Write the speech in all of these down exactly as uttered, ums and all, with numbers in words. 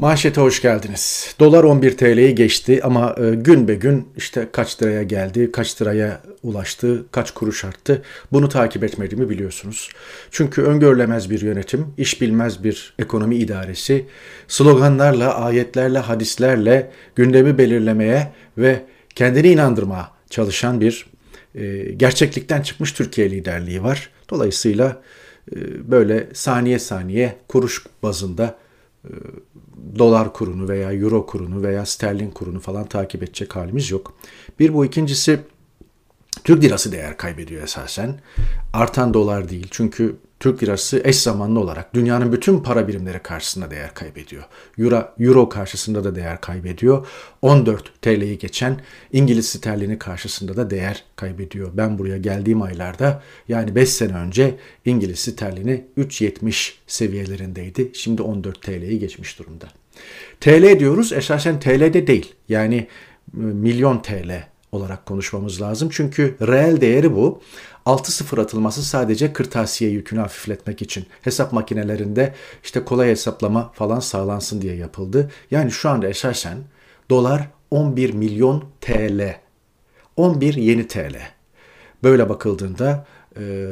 Manşete hoş geldiniz. Dolar on bir T L'yi geçti ama e, gün be gün işte kaç liraya geldi, kaç liraya ulaştı, kaç kuruş arttı. Bunu takip etmediğimi biliyorsunuz. Çünkü öngörülemez bir yönetim, iş bilmez bir ekonomi idaresi, sloganlarla, ayetlerle, hadislerle gündemi belirlemeye ve kendini inandırmaya çalışan bir e, gerçeklikten çıkmış Türkiye liderliği var. Dolayısıyla e, böyle saniye saniye kuruş bazında e, dolar kurunu veya euro kurunu veya sterlin kurunu falan takip edecek halimiz yok. Bir bu, ikincisi Türk lirası değer kaybediyor esasen. Artan dolar değil. Çünkü Türk lirası eş zamanlı olarak dünyanın bütün para birimleri karşısında değer kaybediyor. Euro, Euro karşısında da değer kaybediyor. on dört T L'yi geçen İngiliz sterlini karşısında da değer kaybediyor. Ben buraya geldiğim aylarda, yani beş sene önce İngiliz sterlini üç yetmiş seviyelerindeydi. Şimdi on dört T L'yi geçmiş durumda. T L diyoruz, esasen T L'de değil. Yani milyon T L olarak konuşmamız lazım. Çünkü reel değeri bu. altı sıfır atılması sadece kırtasiye yükünü hafifletmek için. Hesap makinelerinde işte kolay hesaplama falan sağlansın diye yapıldı. Yani şu anda esasen dolar on bir milyon T L. on bir yeni T L. Böyle bakıldığında e,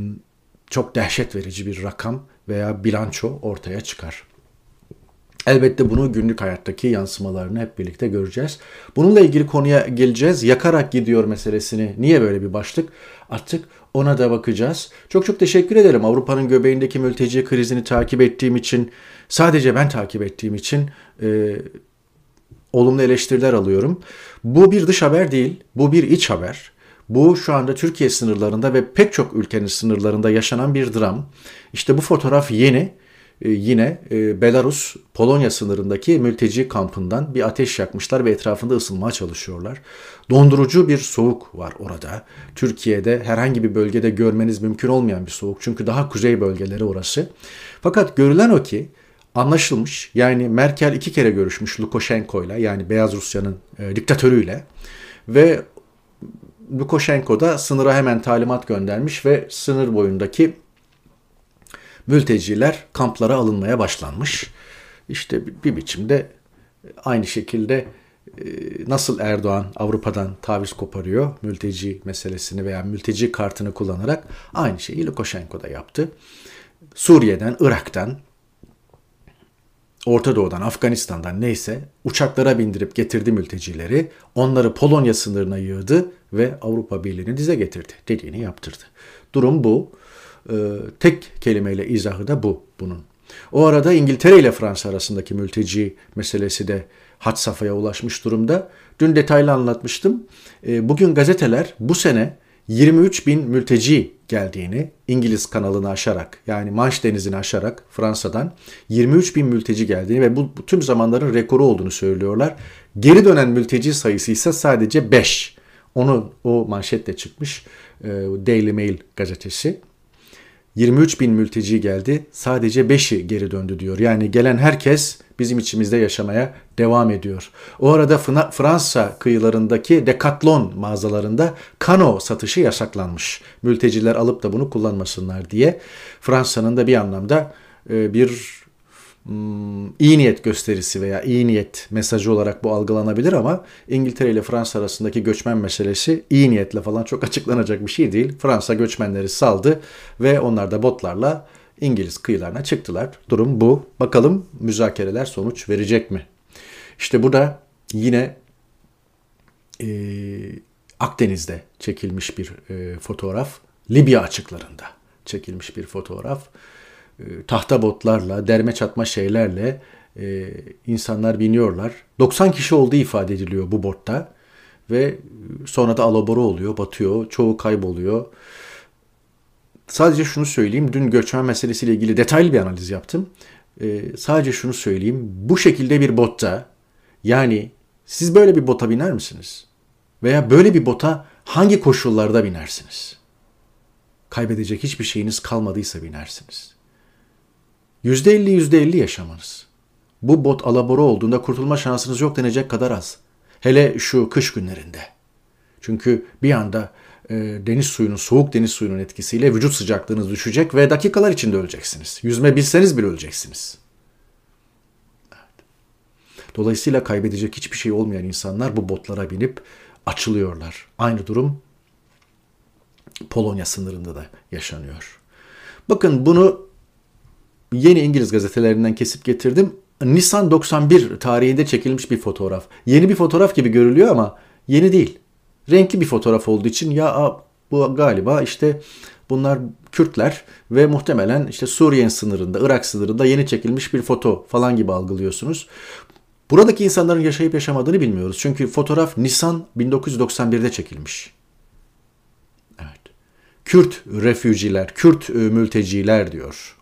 çok dehşet verici bir rakam veya bilanço ortaya çıkar. Elbette bunu günlük hayattaki yansımalarını hep birlikte göreceğiz. Bununla ilgili konuya geleceğiz. Yakarak gidiyor meselesini. Niye böyle bir başlık? Artık ona da bakacağız. Çok çok teşekkür ederim. Avrupa'nın göbeğindeki mülteci krizini takip ettiğim için, sadece ben takip ettiğim için e, olumlu eleştiriler alıyorum. Bu bir dış haber değil. Bu bir iç haber. Bu şu anda Türkiye sınırlarında ve pek çok ülkenin sınırlarında yaşanan bir dram. İşte bu fotoğraf yeni. Yine Belarus, Polonya sınırındaki mülteci kampından bir ateş yakmışlar ve etrafında ısınmaya çalışıyorlar. Dondurucu bir soğuk var orada. Türkiye'de herhangi bir bölgede görmeniz mümkün olmayan bir soğuk. Çünkü daha kuzey bölgeleri orası. Fakat görülen o ki anlaşılmış. Yani Merkel iki kere görüşmüş Lukashenko'yla, yani Beyaz Rusya'nın e, diktatörüyle. Ve Lukashenko da sınıra hemen talimat göndermiş ve sınır boyundaki mülteciler kamplara alınmaya başlanmış. İşte bir biçimde aynı şekilde nasıl Erdoğan Avrupa'dan taviz koparıyor mülteci meselesini veya mülteci kartını kullanarak, aynı şeyi Lukashenko da yaptı. Suriye'den, Irak'tan, Orta Doğu'dan, Afganistan'dan neyse uçaklara bindirip getirdi mültecileri. Onları Polonya sınırına yığdı ve Avrupa Birliği'ni dize getirdi. Dediğini yaptırdı. Durum bu. Ee, tek kelimeyle izahı da bu bunun. O arada İngiltere ile Fransa arasındaki mülteci meselesi de had safhaya ulaşmış durumda. Dün detaylı anlatmıştım. Ee, bugün gazeteler bu sene yirmi üç bin mülteci geldiğini, İngiliz kanalını aşarak, yani Manş Denizi'ni aşarak Fransa'dan yirmi üç bin mülteci geldiğini ve bu, bu tüm zamanların rekoru olduğunu söylüyorlar. Geri dönen mülteci sayısı ise sadece beş. Onu o manşetle çıkmış e, Daily Mail gazetesi. yirmi üç bin mülteci geldi, sadece beşi geri döndü diyor. Yani gelen herkes bizim içimizde yaşamaya devam ediyor. O arada Fransa kıyılarındaki Decathlon mağazalarında kano satışı yasaklanmış. Mülteciler alıp da bunu kullanmasınlar diye. Fransa'nın da bir anlamda bir iyi niyet gösterisi veya iyi niyet mesajı olarak bu algılanabilir ama İngiltere ile Fransa arasındaki göçmen meselesi iyi niyetle falan çok açıklanacak bir şey değil. Fransa göçmenleri saldı ve onlar da botlarla İngiliz kıyılarına çıktılar. Durum bu. Bakalım müzakereler sonuç verecek mi? İşte bu da yine e, Akdeniz'de çekilmiş bir e, fotoğraf. Libya açıklarında çekilmiş bir fotoğraf. Tahta botlarla, derme çatma şeylerle e, insanlar biniyorlar. doksan kişi olduğu ifade ediliyor bu botta ve sonra da alabora oluyor, batıyor, çoğu kayboluyor. Sadece şunu söyleyeyim, dün göçmen meselesiyle ilgili detaylı bir analiz yaptım. E, sadece şunu söyleyeyim, bu şekilde bir botta, yani siz böyle bir bota biner misiniz? Veya böyle bir bota hangi koşullarda binersiniz? Kaybedecek hiçbir şeyiniz kalmadıysa binersiniz. yüzde elli yüzde elli yaşamanız. Bu bot alabora olduğunda kurtulma şansınız yok denecek kadar az. Hele şu kış günlerinde. Çünkü bir anda e, deniz suyunun, soğuk deniz suyunun etkisiyle vücut sıcaklığınız düşecek ve dakikalar içinde öleceksiniz. Yüzme bilseniz bile öleceksiniz. Evet. Dolayısıyla kaybedecek hiçbir şey olmayan insanlar bu botlara binip açılıyorlar. Aynı durum Polonya sınırında da yaşanıyor. Bakın bunu yeni İngiliz gazetelerinden kesip getirdim. Nisan doksan bir tarihinde çekilmiş bir fotoğraf. Yeni bir fotoğraf gibi görülüyor ama yeni değil. Renkli bir fotoğraf olduğu için ya bu galiba işte bunlar Kürtler ve muhtemelen işte Suriye sınırında, Irak sınırında yeni çekilmiş bir foto falan gibi algılıyorsunuz. Buradaki insanların yaşayıp yaşamadığını bilmiyoruz. Çünkü fotoğraf Nisan bin dokuz yüz doksan birde çekilmiş. Evet. Kürt refüjiler, Kürt mülteciler diyor.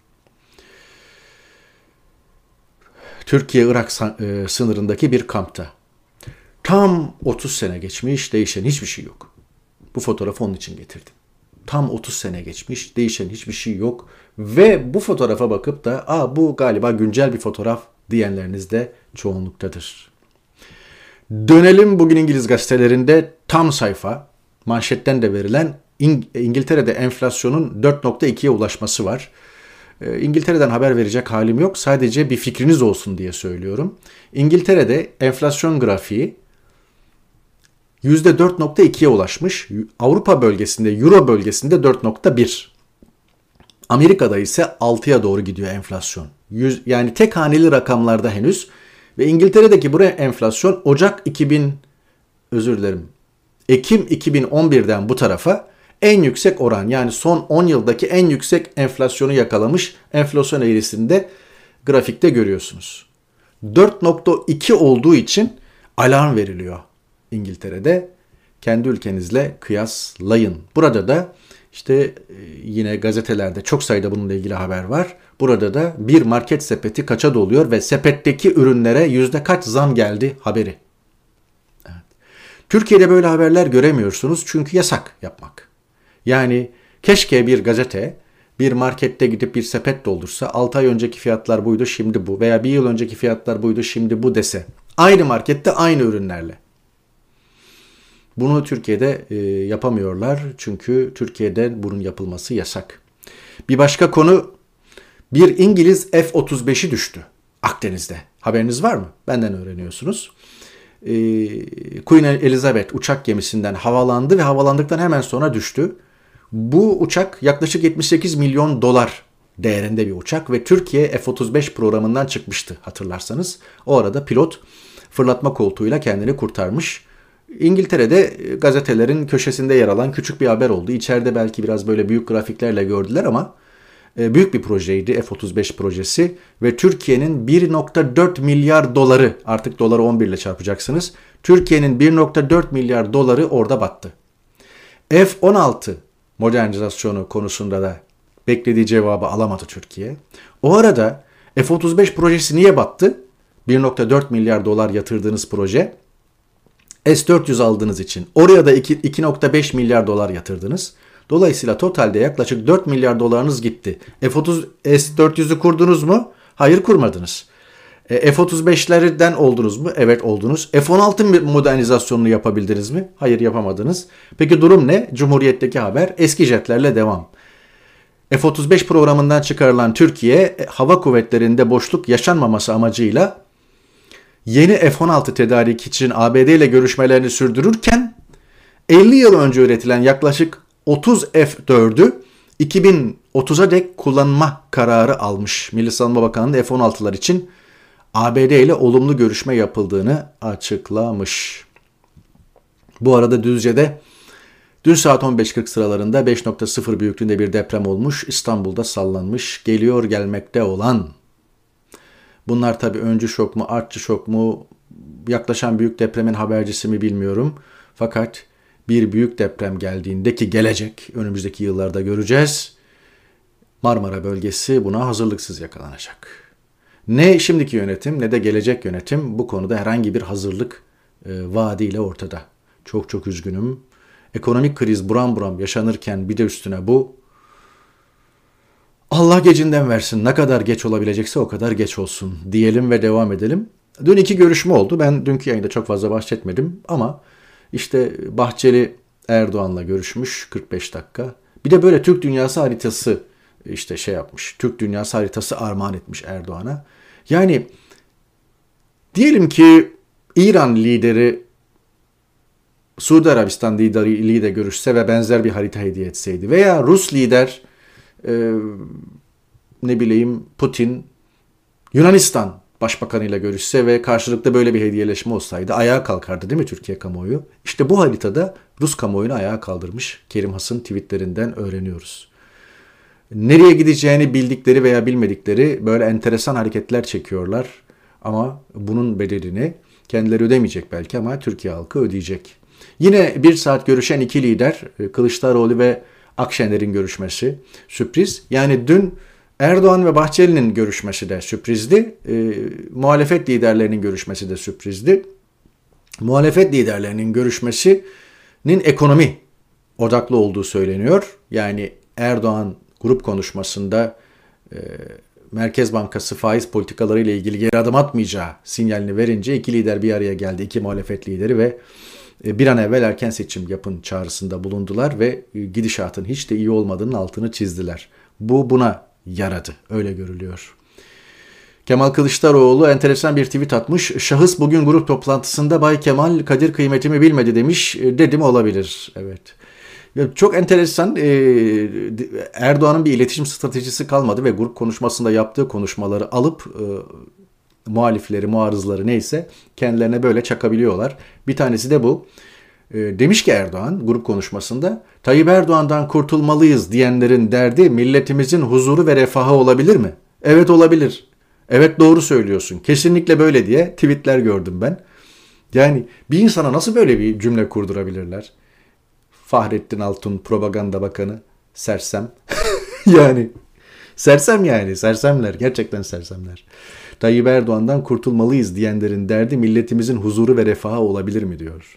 Türkiye-Irak sınırındaki bir kampta. Tam otuz sene geçmiş, değişen hiçbir şey yok. Bu fotoğrafı onun için getirdim. Tam otuz sene geçmiş, değişen hiçbir şey yok. Ve bu fotoğrafa bakıp da Aa, bu galiba güncel bir fotoğraf diyenleriniz de çoğunluktadır. Dönelim bugün İngiliz gazetelerinde tam sayfa, manşetten de verilen İng- İngiltere'de enflasyonun dört nokta ikiye ulaşması var. Ee, İngiltere'den haber verecek halim yok. Sadece bir fikriniz olsun diye söylüyorum. İngiltere'de enflasyon grafiği yüzde dört nokta ikiye ulaşmış. Avrupa bölgesinde, Euro bölgesinde dört nokta bir. Amerika'da ise altıya doğru gidiyor enflasyon. yüz, yani tek haneli rakamlarda henüz. Ve İngiltere'deki bu enflasyon Ocak iki bin, özür dilerim, Ekim iki bin on birden bu tarafa en yüksek oran, yani son on yıldaki en yüksek enflasyonu yakalamış. Enflasyon eğrisinde grafikte görüyorsunuz. dört nokta iki olduğu için alarm veriliyor İngiltere'de. Kendi ülkenizle kıyaslayın. Burada da işte yine gazetelerde çok sayıda bununla ilgili haber var. Burada da bir market sepeti kaça doluyor ve sepetteki ürünlere yüzde kaç zam geldi haberi. Evet. Türkiye'de böyle haberler göremiyorsunuz çünkü yasak yapmak. Yani keşke bir gazete bir markette gidip bir sepet doldursa, altı ay önceki fiyatlar buydu şimdi bu veya bir yıl önceki fiyatlar buydu şimdi bu dese. Aynı markette aynı ürünlerle. Bunu Türkiye'de e, yapamıyorlar çünkü Türkiye'de bunun yapılması yasak. Bir başka konu, bir İngiliz F otuz beşi düştü Akdeniz'de. Haberiniz var mı? Benden öğreniyorsunuz. E, Queen Elizabeth uçak gemisinden havalandı ve havalandıktan hemen sonra düştü. Bu uçak yaklaşık yetmiş sekiz milyon dolar değerinde bir uçak ve Türkiye F otuz beş programından çıkmıştı hatırlarsanız. O arada pilot fırlatma koltuğuyla kendini kurtarmış. İngiltere'de gazetelerin köşesinde yer alan küçük bir haber oldu. İçeride belki biraz böyle büyük grafiklerle gördüler ama büyük bir projeydi F otuz beş projesi ve Türkiye'nin bir nokta dört milyar doları, artık doları on bir ile çarpacaksınız. Türkiye'nin bir nokta dört milyar doları orada battı. F on altı modernizasyonu konusunda da beklediği cevabı alamadı Türkiye. O arada F otuz beş projesi niye battı? bir nokta dört milyar dolar yatırdığınız proje. S dört yüz aldığınız için oraya da iki nokta beş milyar dolar yatırdınız. Dolayısıyla totalde yaklaşık dört milyar dolarınız gitti. F otuz S dört yüzü kurdunuz mu? Hayır, kurmadınız. E, F otuz beşlerden oldunuz mu? Evet, oldunuz. F on altı modernizasyonunu yapabildiniz mi? Hayır, yapamadınız. Peki durum ne? Cumhuriyet'teki haber eski jetlerle devam. F otuz beş programından çıkarılan Türkiye hava kuvvetlerinde boşluk yaşanmaması amacıyla yeni F on altı tedarik için A B D ile görüşmelerini sürdürürken elli yıl önce üretilen yaklaşık otuz F dördü iki bin otuza dek kullanma kararı almış. Milli Savunma Bakanlığı F on altılar için A B D ile olumlu görüşme yapıldığını açıklamış. Bu arada Düzce'de dün saat on beş kırk sıralarında beş nokta sıfır büyüklüğünde bir deprem olmuş. İstanbul'da sallanmış. Geliyor gelmekte olan. Bunlar tabii öncü şok mu, artçı şok mu, yaklaşan büyük depremin habercisi mi bilmiyorum. Fakat bir büyük deprem geldiğinde, ki gelecek, önümüzdeki yıllarda göreceğiz, Marmara bölgesi buna hazırlıksız yakalanacak. Ne şimdiki yönetim ne de gelecek yönetim bu konuda herhangi bir hazırlık e, vaadiyle ortada. Çok çok üzgünüm. Ekonomik kriz buram buram yaşanırken bir de üstüne bu. Allah gecinden versin. Ne kadar geç olabilecekse o kadar geç olsun diyelim ve devam edelim. Dün iki görüşme oldu. Ben dünkü yayında çok fazla bahsetmedim ama işte Bahçeli Erdoğan'la görüşmüş kırk beş dakika. Bir de böyle Türk dünyası haritası işte şey yapmış. Türk dünyası haritası armağan etmiş Erdoğan'a. Yani Diyelim ki İran lideri Suudi Arabistan lideriyle görüşse ve benzer bir harita hediye etseydi veya Rus lider e, ne bileyim Putin Yunanistan başbakanıyla görüşse ve karşılıklı böyle bir hediyeleşme olsaydı ayağa kalkardı değil mi Türkiye kamuoyu? İşte bu haritada Rus kamuoyunu ayağa kaldırmış Kerim Has'ın tweetlerinden öğreniyoruz. Nereye gideceğini bildikleri veya bilmedikleri böyle enteresan hareketler çekiyorlar ama bunun bedelini kendileri ödemeyecek belki ama Türkiye halkı ödeyecek. Yine bir saat görüşen iki lider Kılıçdaroğlu ve Akşener'in görüşmesi sürpriz. Yani dün Erdoğan ve Bahçeli'nin görüşmesi de sürprizdi. E, muhalefet liderlerinin görüşmesi de sürprizdi. Muhalefet liderlerinin görüşmesinin ekonomi odaklı olduğu söyleniyor. Yani Erdoğan grup konuşmasında e, Merkez Bankası faiz politikaları ile ilgili geri adım atmayacağı sinyalini verince iki lider bir araya geldi. İki muhalefet lideri ve bir an evvel erken seçim yapın çağrısında bulundular ve gidişatın hiç de iyi olmadığının altını çizdiler. Bu buna yaradı. Öyle görülüyor. Kemal Kılıçdaroğlu enteresan bir tweet atmış. Şahıs bugün grup toplantısında Bay Kemal kadir kıymetimi bilmedi demiş. Dedim olabilir. Evet. Çok enteresan. Erdoğan'ın bir iletişim stratejisi kalmadı ve grup konuşmasında yaptığı konuşmaları alıp muhalifleri, muarızları neyse kendilerine böyle çakabiliyorlar. Bir tanesi de bu. E, demiş ki Erdoğan grup konuşmasında Tayyip Erdoğan'dan kurtulmalıyız diyenlerin derdi milletimizin huzuru ve refahı olabilir mi? Evet olabilir. Evet doğru söylüyorsun. Kesinlikle böyle diye tweetler gördüm ben. Yani bir insana nasıl böyle bir cümle kurdurabilirler? Fahrettin Altun Propaganda Bakanı sersem. yani sersem yani sersemler gerçekten sersemler. Tayyip Erdoğan'dan kurtulmalıyız diyenlerin derdi milletimizin huzuru ve refahı olabilir mi diyor.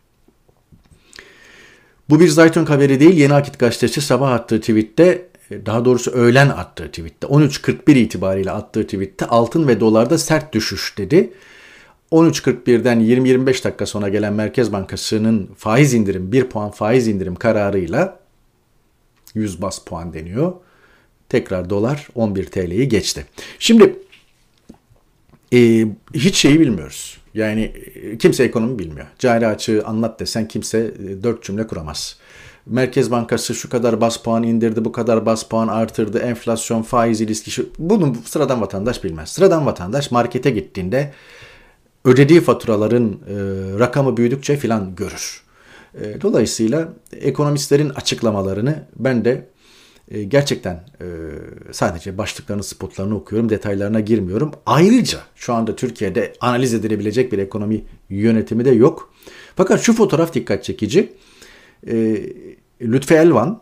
Bu bir Zaytun haberi değil. Yeni Akit gazetesi sabah attığı tweette, daha doğrusu öğlen attığı tweette, on üç kırk bir itibariyle attığı tweette altın ve dolarda sert düşüş dedi. on üç kırk birden yirmi yirmi beş dakika sonra gelen Merkez Bankası'nın faiz indirim, bir puan faiz indirim kararıyla yüz bas puan deniyor. Tekrar dolar on bir T L'yi geçti. Şimdi Ee, hiç şeyi bilmiyoruz. Yani kimse ekonomi bilmiyor. Cari açığı anlat desen kimse dört cümle kuramaz. Merkez Bankası şu kadar bas puan indirdi, bu kadar bas puan artırdı, enflasyon, faiz ilişkisi. Bunu sıradan vatandaş bilmez. Sıradan vatandaş markete gittiğinde ödediği faturaların e, rakamı büyüdükçe filan görür. E, dolayısıyla ekonomistlerin açıklamalarını ben de gerçekten e, sadece başlıklarını, spotlarını okuyorum, detaylarına girmiyorum. Ayrıca şu anda Türkiye'de analiz edilebilecek bir ekonomi yönetimi de yok. Fakat şu fotoğraf dikkat çekici. E, Lütfi Elvan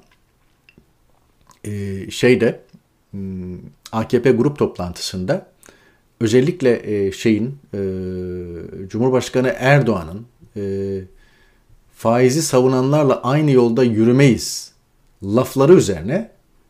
e, şeyde A K P grup toplantısında özellikle e, şeyin e, Cumhurbaşkanı Erdoğan'ın e, faizi savunanlarla aynı yolda yürümeyiz lafları üzerine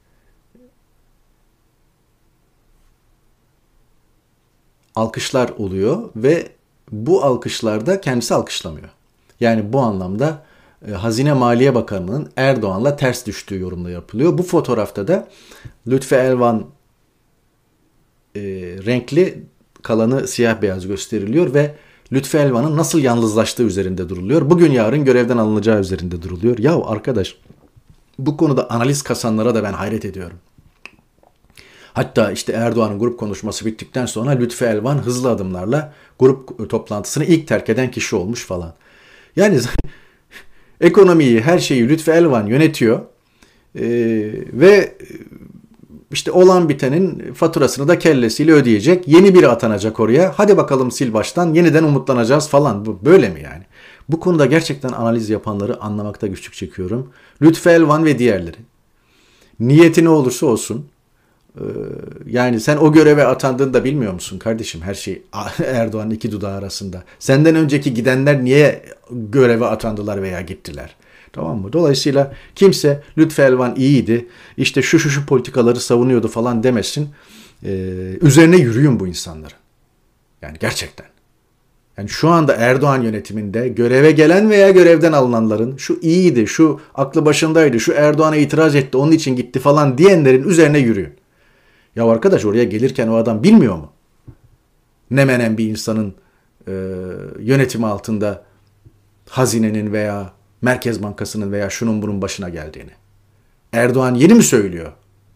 alkışlar oluyor ve bu alkışlarda kendisi alkışlamıyor. Yani bu anlamda e, Hazine Maliye Bakanı'nın Erdoğan'la ters düştüğü yorumla yapılıyor. Bu fotoğrafta da Lütfi Elvan e, renkli, kalanı siyah beyaz gösteriliyor ve Lütfi Elvan'ın nasıl yalnızlaştığı üzerinde duruluyor. Bugün yarın görevden alınacağı üzerinde duruluyor. Ya arkadaş, bu konuda analiz kasanlara da ben hayret ediyorum. Hatta işte Erdoğan'ın grup konuşması bittikten sonra Lütfi Elvan hızlı adımlarla grup toplantısını ilk terk eden kişi olmuş falan. Yani ekonomiyi, her şeyi Lütfi Elvan yönetiyor ee, ve işte olan bitenin faturasını da kellesiyle ödeyecek. Yeni biri atanacak oraya. Hadi bakalım sil baştan, yeniden umutlanacağız falan. Bu böyle mi yani? Bu konuda gerçekten analiz yapanları anlamakta güçlük çekiyorum. Lütfi Elvan ve diğerleri. Niyeti ne olursa olsun. Yani sen o göreve atandığında bilmiyor musun kardeşim? Her şey Erdoğan'ın iki dudağı arasında. Senden önceki gidenler niye göreve atandılar veya gittiler? Tamam mı? Dolayısıyla kimse Lütfi Elvan iyiydi, işte şu şu şu politikaları savunuyordu falan demesin. Ee, üzerine yürüyün bu insanların. Yani gerçekten. Yani şu anda Erdoğan yönetiminde göreve gelen veya görevden alınanların şu iyiydi, şu aklı başındaydı, şu Erdoğan'a itiraz etti, onun için gitti falan diyenlerin üzerine yürüyün. Ya arkadaş, oraya gelirken o adam bilmiyor mu? Ne menen bir insanın e, yönetimi altında hazinenin veya Merkez Bankası'nın veya şunun bunun başına geldiğini. Erdoğan yeni mi söylüyor?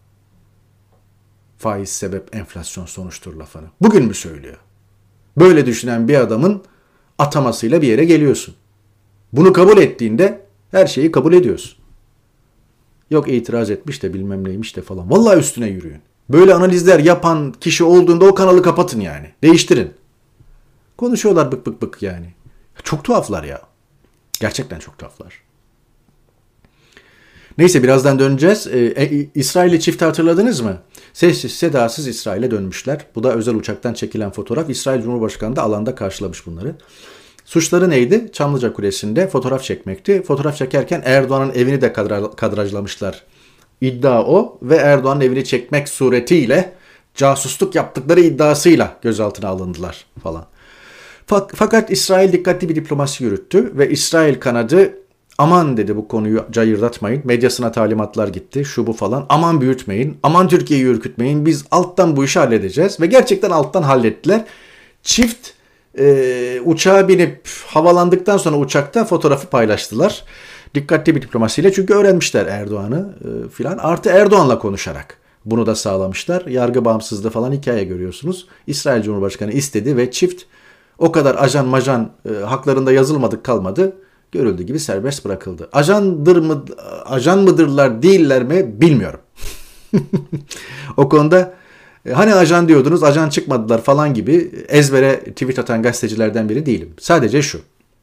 Faiz sebep enflasyon sonuçtur lafını. Bugün mü söylüyor? Böyle düşünen bir adamın atamasıyla bir yere geliyorsun. Bunu kabul ettiğinde her şeyi kabul ediyorsun. Yok itiraz etmiş de bilmem neymiş de falan. Vallahi üstüne yürüyün. Böyle analizler yapan kişi olduğunda o kanalı kapatın yani. Değiştirin. Konuşuyorlar bık bık bık yani. Çok tuhaflar ya. Gerçekten çok tuhaflar. Neyse birazdan döneceğiz. Ee, İsrail'i çifti hatırladınız mı? Sessiz sedasız İsrail'e dönmüşler. Bu da özel uçaktan çekilen fotoğraf. İsrail Cumhurbaşkanı da alanda karşılamış bunları. Suçları neydi? Çamlıca Kulesi'nde fotoğraf çekmekti. Fotoğraf çekerken Erdoğan'ın evini de kadra- kadrajlamışlar. İddia o ve Erdoğan'ın evini çekmek suretiyle casusluk yaptıkları iddiasıyla gözaltına alındılar falan. Fakat İsrail dikkatli bir diplomasi yürüttü ve İsrail kanadı aman dedi bu konuyu cayırdatmayın. Medyasına talimatlar gitti şu bu falan. Aman büyütmeyin, aman Türkiye'yi ürkütmeyin. Biz alttan bu işi halledeceğiz ve gerçekten alttan hallettiler. Çift e, uçağa binip havalandıktan sonra uçakta fotoğrafı paylaştılar. Dikkatli bir diplomasiyle çünkü öğrenmişler Erdoğan'ı e, filan. Artı Erdoğan'la konuşarak bunu da sağlamışlar. Yargı bağımsızlığı falan hikaye görüyorsunuz. İsrail Cumhurbaşkanı istedi ve çift o kadar ajan majan e, haklarında yazılmadık kalmadı. Görüldüğü gibi serbest bırakıldı. Ajandır mı, ajan mıdırlar değiller mi bilmiyorum. O konuda e, hani ajan diyordunuz ajan çıkmadılar falan gibi ezbere tweet atan gazetecilerden biri değilim. Sadece şu.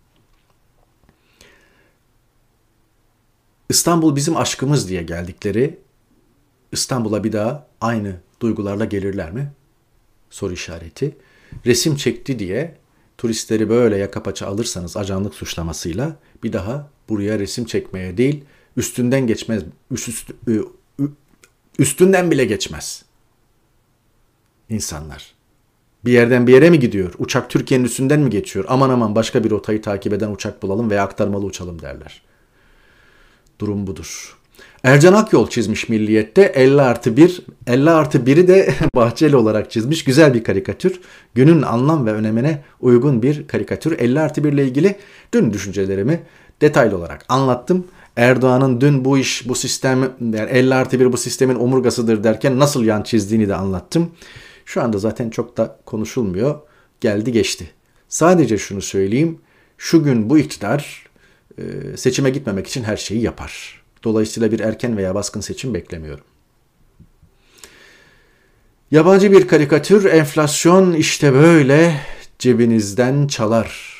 İstanbul bizim aşkımız diye geldikleri İstanbul'a bir daha aynı duygularla gelirler mi? Soru işareti. Resim çekti diye turistleri böyle yaka paça alırsanız ajanlık suçlamasıyla bir daha buraya resim çekmeye değil üstünden geçmez üst, üst, üstünden bile geçmez insanlar. Bir yerden bir yere mi gidiyor? Uçak Türkiye'nin üstünden mi geçiyor? Aman aman başka bir rotayı takip eden uçak bulalım veya aktarmalı uçalım derler. Durum budur. Ercan Akyol çizmiş Milliyet'te elli artı bir. elli artı biri de Bahçeli olarak çizmiş. Güzel bir karikatür. Günün anlam ve önemine uygun bir karikatür. elli artı bir ile ilgili dün düşüncelerimi detaylı olarak anlattım. Erdoğan'ın dün bu iş, bu sistem, yani elli artı bir bu sistemin omurgasıdır derken nasıl yan çizdiğini de anlattım. Şu anda zaten çok da konuşulmuyor. Geldi geçti. Sadece şunu söyleyeyim. Şu gün bu iktidar seçime gitmemek için her şeyi yapar. Dolayısıyla bir erken veya baskın seçim beklemiyorum. Yabancı bir karikatür, enflasyon işte böyle cebinizden çalar.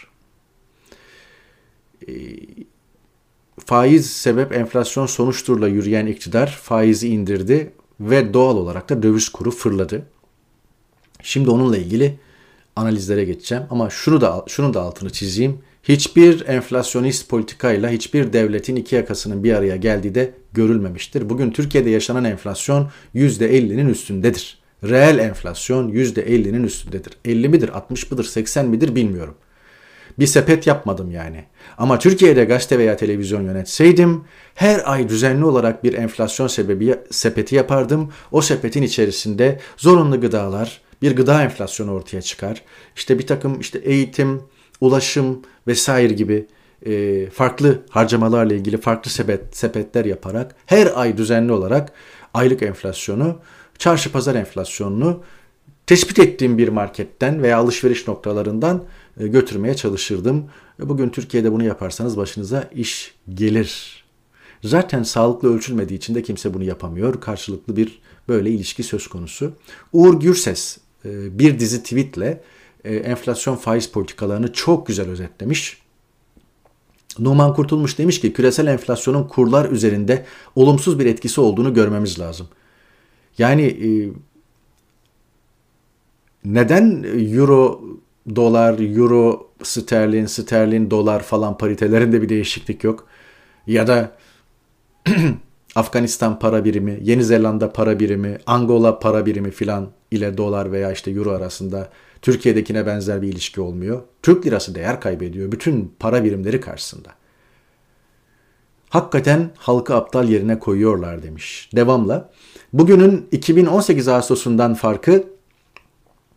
E, faiz sebep enflasyon sonuçturla yürüyen iktidar faizi indirdi ve doğal olarak da döviz kuru fırladı. Şimdi onunla ilgili analizlere geçeceğim ama şunu da şunun da altını çizeyim. Hiçbir enflasyonist politikayla hiçbir devletin iki yakasının bir araya geldiği de görülmemiştir. Bugün Türkiye'de yaşanan enflasyon yüzde ellinin üstündedir. Reel enflasyon yüzde ellinin üstündedir. elli midir, altmış mıdır, seksen midir bilmiyorum. Bir sepet yapmadım yani. Ama Türkiye'de gazete veya televizyon yönetseydim her ay düzenli olarak bir enflasyon sebebi sepeti yapardım. O sepetin içerisinde zorunlu gıdalar, bir gıda enflasyonu ortaya çıkar. İşte bir takım işte eğitim, ulaşım vesaire gibi e, farklı harcamalarla ilgili farklı sepet, sepetler yaparak her ay düzenli olarak aylık enflasyonu, çarşı pazar enflasyonunu tespit ettiğim bir marketten veya alışveriş noktalarından e, götürmeye çalışırdım. Bugün Türkiye'de bunu yaparsanız başınıza iş gelir. Zaten sağlıklı ölçülmediği için de kimse bunu yapamıyor. Karşılıklı bir böyle ilişki söz konusu. Uğur Gürses e, bir dizi tweetle enflasyon faiz politikalarını çok güzel özetlemiş. Numan Kurtulmuş demiş ki küresel enflasyonun kurlar üzerinde olumsuz bir etkisi olduğunu görmemiz lazım. Yani e, neden euro dolar, euro sterlin, sterlin dolar falan paritelerinde bir değişiklik yok? Ya da Afganistan para birimi, Yeni Zelanda para birimi, Angola para birimi filan ile dolar veya işte euro arasında Türkiye'dekine benzer bir ilişki olmuyor. Türk lirası değer kaybediyor bütün para birimleri karşısında. Hakikaten halkı aptal yerine koyuyorlar demiş. Devamla. Bugünün iki bin on sekiz Ağustos'undan farkı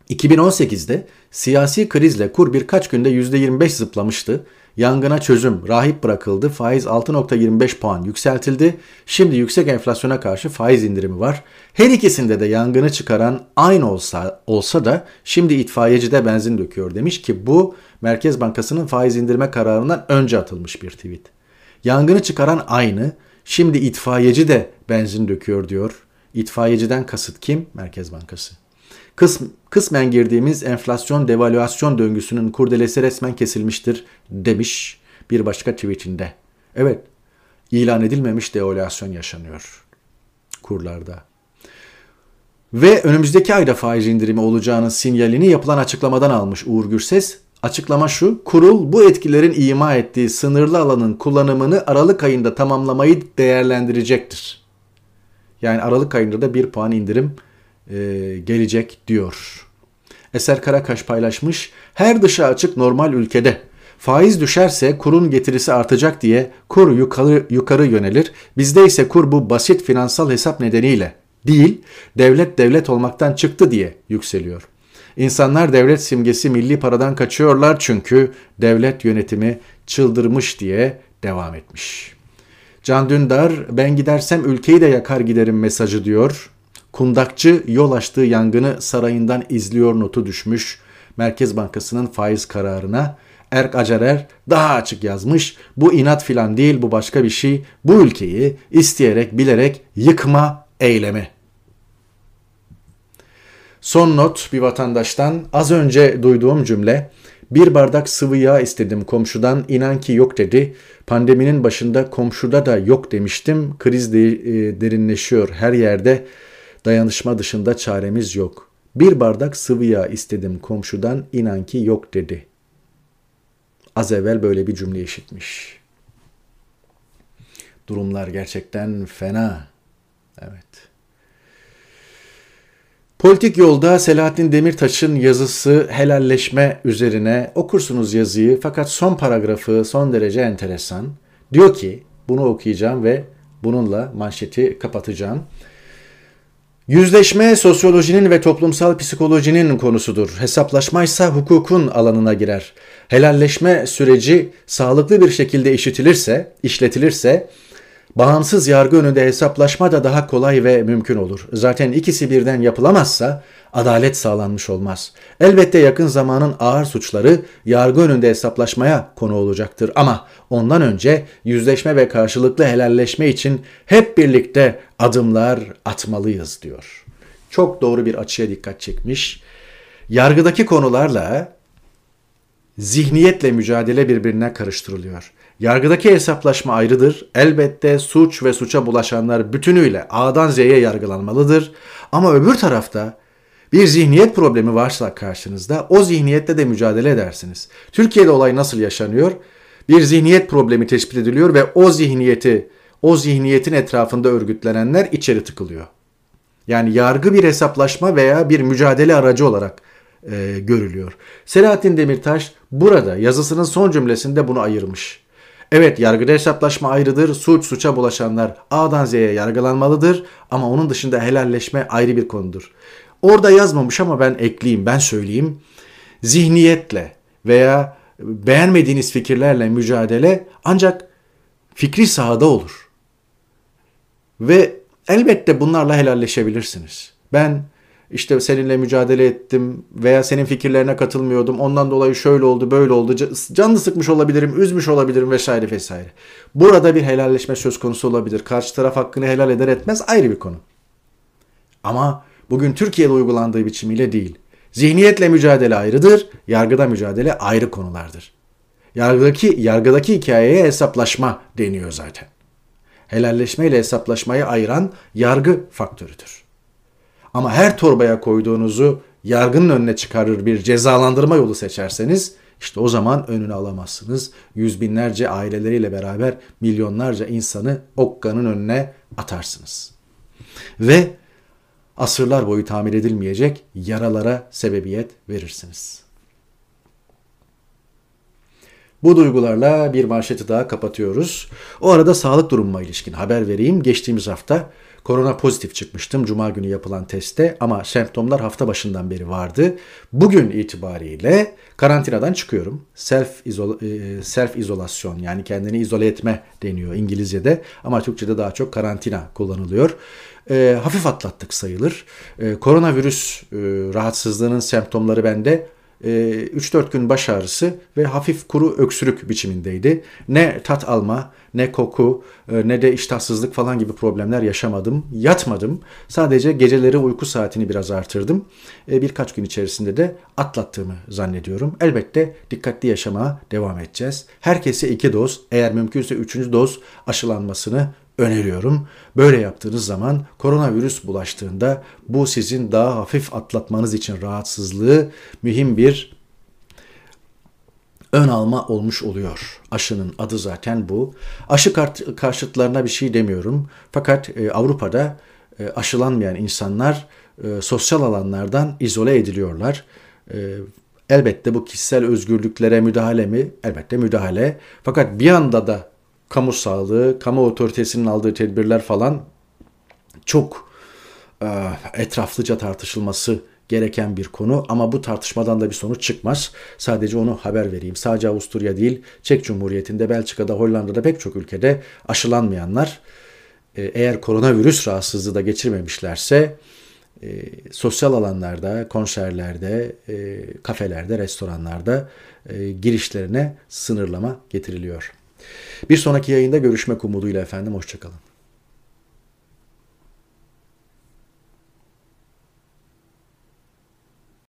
iki bin on sekizde siyasi krizle kur birkaç günde yüzde yirmi beş zıplamıştı. Yangına çözüm rahip bırakıldı. Faiz altı nokta yirmi beş puan yükseltildi. Şimdi yüksek enflasyona karşı faiz indirimi var. Her ikisinde de yangını çıkaran aynı olsa olsa da şimdi itfaiyecide benzin döküyor demiş ki bu Merkez Bankası'nın faiz indirme kararından önce atılmış bir tweet. Yangını çıkaran aynı. Şimdi itfaiyeci de benzin döküyor diyor. İtfaiyeciden kasıt kim? Merkez Bankası. Kısm, kısmen girdiğimiz enflasyon devalüasyon döngüsünün kurdelesi resmen kesilmiştir demiş bir başka tweetinde. Evet, ilan edilmemiş devalüasyon yaşanıyor kurlarda. Ve önümüzdeki ayda faiz indirimi olacağının sinyalini yapılan açıklamadan almış Uğur Gürses. Açıklama şu: kurul bu etkilerin ima ettiği sınırlı alanın kullanımını Aralık ayında tamamlamayı değerlendirecektir. Yani Aralık ayında da bir puan indirim e, gelecek diyor. Eser Karakaş paylaşmış. Her dışa açık normal ülkede faiz düşerse kurun getirisi artacak diye kur yukarı, yukarı yönelir. Bizde ise kur bu basit finansal hesap nedeniyle değil, devlet devlet olmaktan çıktı diye yükseliyor. İnsanlar devlet simgesi milli paradan kaçıyorlar çünkü devlet yönetimi çıldırmış diye devam etmiş. Can Dündar, ben gidersem ülkeyi de yakar giderim mesajı diyor. Kundakçı yol açtığı yangını sarayından izliyor notu düşmüş Merkez Bankası'nın faiz kararına. Erk Acarer daha açık yazmış. Bu inat filan değil, bu başka bir şey. Bu ülkeyi isteyerek bilerek yıkma eylemi. Son not bir vatandaştan. Az önce duyduğum cümle: bir bardak sıvı yağ istedim komşudan, inan ki yok dedi. Pandeminin başında komşuda da yok demiştim. Kriz de, e, derinleşiyor her yerde. Dayanışma dışında çaremiz yok. Bir bardak sıvı yağ istedim komşudan, inan ki yok dedi. Az evvel böyle bir cümle işitmiş. Durumlar gerçekten fena. Evet. Politik Yolda Selahattin Demirtaş'ın yazısı helalleşme üzerine, okursunuz yazıyı fakat son paragrafı son derece enteresan. Diyor ki, bunu okuyacağım ve bununla manşeti kapatacağım. Yüzleşme sosyolojinin ve toplumsal psikolojinin konusudur. Hesaplaşmaysa hukukun alanına girer. Helalleşme süreci sağlıklı bir şekilde işitilirse, işletilirse bağımsız yargı önünde hesaplaşma da daha kolay ve mümkün olur. Zaten ikisi birden yapılamazsa adalet sağlanmış olmaz. Elbette yakın zamanın ağır suçları yargı önünde hesaplaşmaya konu olacaktır. Ama ondan önce yüzleşme ve karşılıklı helalleşme için hep birlikte adımlar atmalıyız diyor. Çok doğru bir açıya dikkat çekmiş. Yargıdaki konularla zihniyetle mücadele birbirine karıştırılıyor. Yargıdaki hesaplaşma ayrıdır. Elbette suç ve suça bulaşanlar bütünüyle A'dan Z'ye yargılanmalıdır. Ama öbür tarafta bir zihniyet problemi varsa karşınızda o zihniyetle de mücadele edersiniz. Türkiye'de olay nasıl yaşanıyor? Bir zihniyet problemi tespit ediliyor ve o zihniyeti, o zihniyetin etrafında örgütlenenler içeri tıkılıyor. Yani yargı bir hesaplaşma veya bir mücadele aracı olarak e, görülüyor. Selahattin Demirtaş burada yazısının son cümlesinde bunu ayırmış. Evet, yargıda hesaplaşma ayrıdır. Suç suça bulaşanlar A'dan Z'ye yargılanmalıdır. Ama onun dışında helalleşme ayrı bir konudur. Orada yazmamış ama ben ekleyeyim, ben söyleyeyim. Zihniyetle veya beğenmediğiniz fikirlerle mücadele ancak fikri sahada olur. Ve elbette bunlarla helalleşebilirsiniz. Ben işte seninle mücadele ettim veya senin fikirlerine katılmıyordum. Ondan dolayı şöyle oldu, böyle oldu. Canını sıkmış olabilirim, üzmüş olabilirim vesaire vesaire. Burada bir helalleşme söz konusu olabilir. Karşı taraf hakkını helal eder etmez ayrı bir konu. Ama bugün Türkiye'de uygulandığı biçimiyle değil. Zihniyetle mücadele ayrıdır, yargıda mücadele ayrı konulardır. Yargıdaki, yargıdaki hikayeye hesaplaşma deniyor zaten. Helalleşme ile hesaplaşmayı ayıran yargı faktörüdür. Ama her torbaya koyduğunuzu yargının önüne çıkarır bir cezalandırma yolu seçerseniz işte o zaman önünü alamazsınız. Yüz binlerce aileleriyle beraber milyonlarca insanı okkanın önüne atarsınız. Ve asırlar boyu tamir edilmeyecek yaralara sebebiyet verirsiniz. Bu duygularla bir manşeti daha kapatıyoruz. O arada sağlık durumuma ilişkin haber vereyim. Geçtiğimiz hafta Korona pozitif çıkmıştım Cuma günü yapılan testte ama semptomlar hafta başından beri vardı. Bugün itibariyle karantinadan çıkıyorum. Self, izol self izolasyon yani kendini izole etme deniyor İngilizce'de ama Türkçe'de daha çok karantina kullanılıyor. E, hafif atlattık sayılır. E, koronavirüs e, rahatsızlığının semptomları bende üç dört gün baş ağrısı ve hafif kuru öksürük biçimindeydi. Ne tat alma, ne koku, ne de iştahsızlık falan gibi problemler yaşamadım. Yatmadım. Sadece geceleri uyku saatini biraz artırdım. Birkaç gün içerisinde de atlattığımı zannediyorum. Elbette dikkatli yaşamaya devam edeceğiz. Herkese iki doz, eğer mümkünse üçüncü doz aşılanmasını öneriyorum. Böyle yaptığınız zaman koronavirüs bulaştığında bu sizin daha hafif atlatmanız için rahatsızlığı mühim bir ön alma olmuş oluyor. Aşının adı zaten bu. Aşı karşıtlarına bir şey demiyorum. Fakat Avrupa'da aşılanmayan insanlar sosyal alanlardan izole ediliyorlar. Elbette bu kişisel özgürlüklere müdahale mi? Elbette müdahale. Fakat bir anda da kamu sağlığı, kamu otoritesinin aldığı tedbirler falan çok e, etraflıca tartışılması gereken bir konu. Ama bu tartışmadan da bir sonuç çıkmaz. Sadece onu haber vereyim. Sadece Avusturya değil, Çek Cumhuriyeti'nde, Belçika'da, Hollanda'da pek çok ülkede aşılanmayanlar e, eğer koronavirüs rahatsızlığı da geçirmemişlerse e, sosyal alanlarda, konserlerde, e, kafelerde, restoranlarda e, girişlerine sınırlama getiriliyor. Bir sonraki yayında görüşmek umuduyla efendim. Hoşça kalın.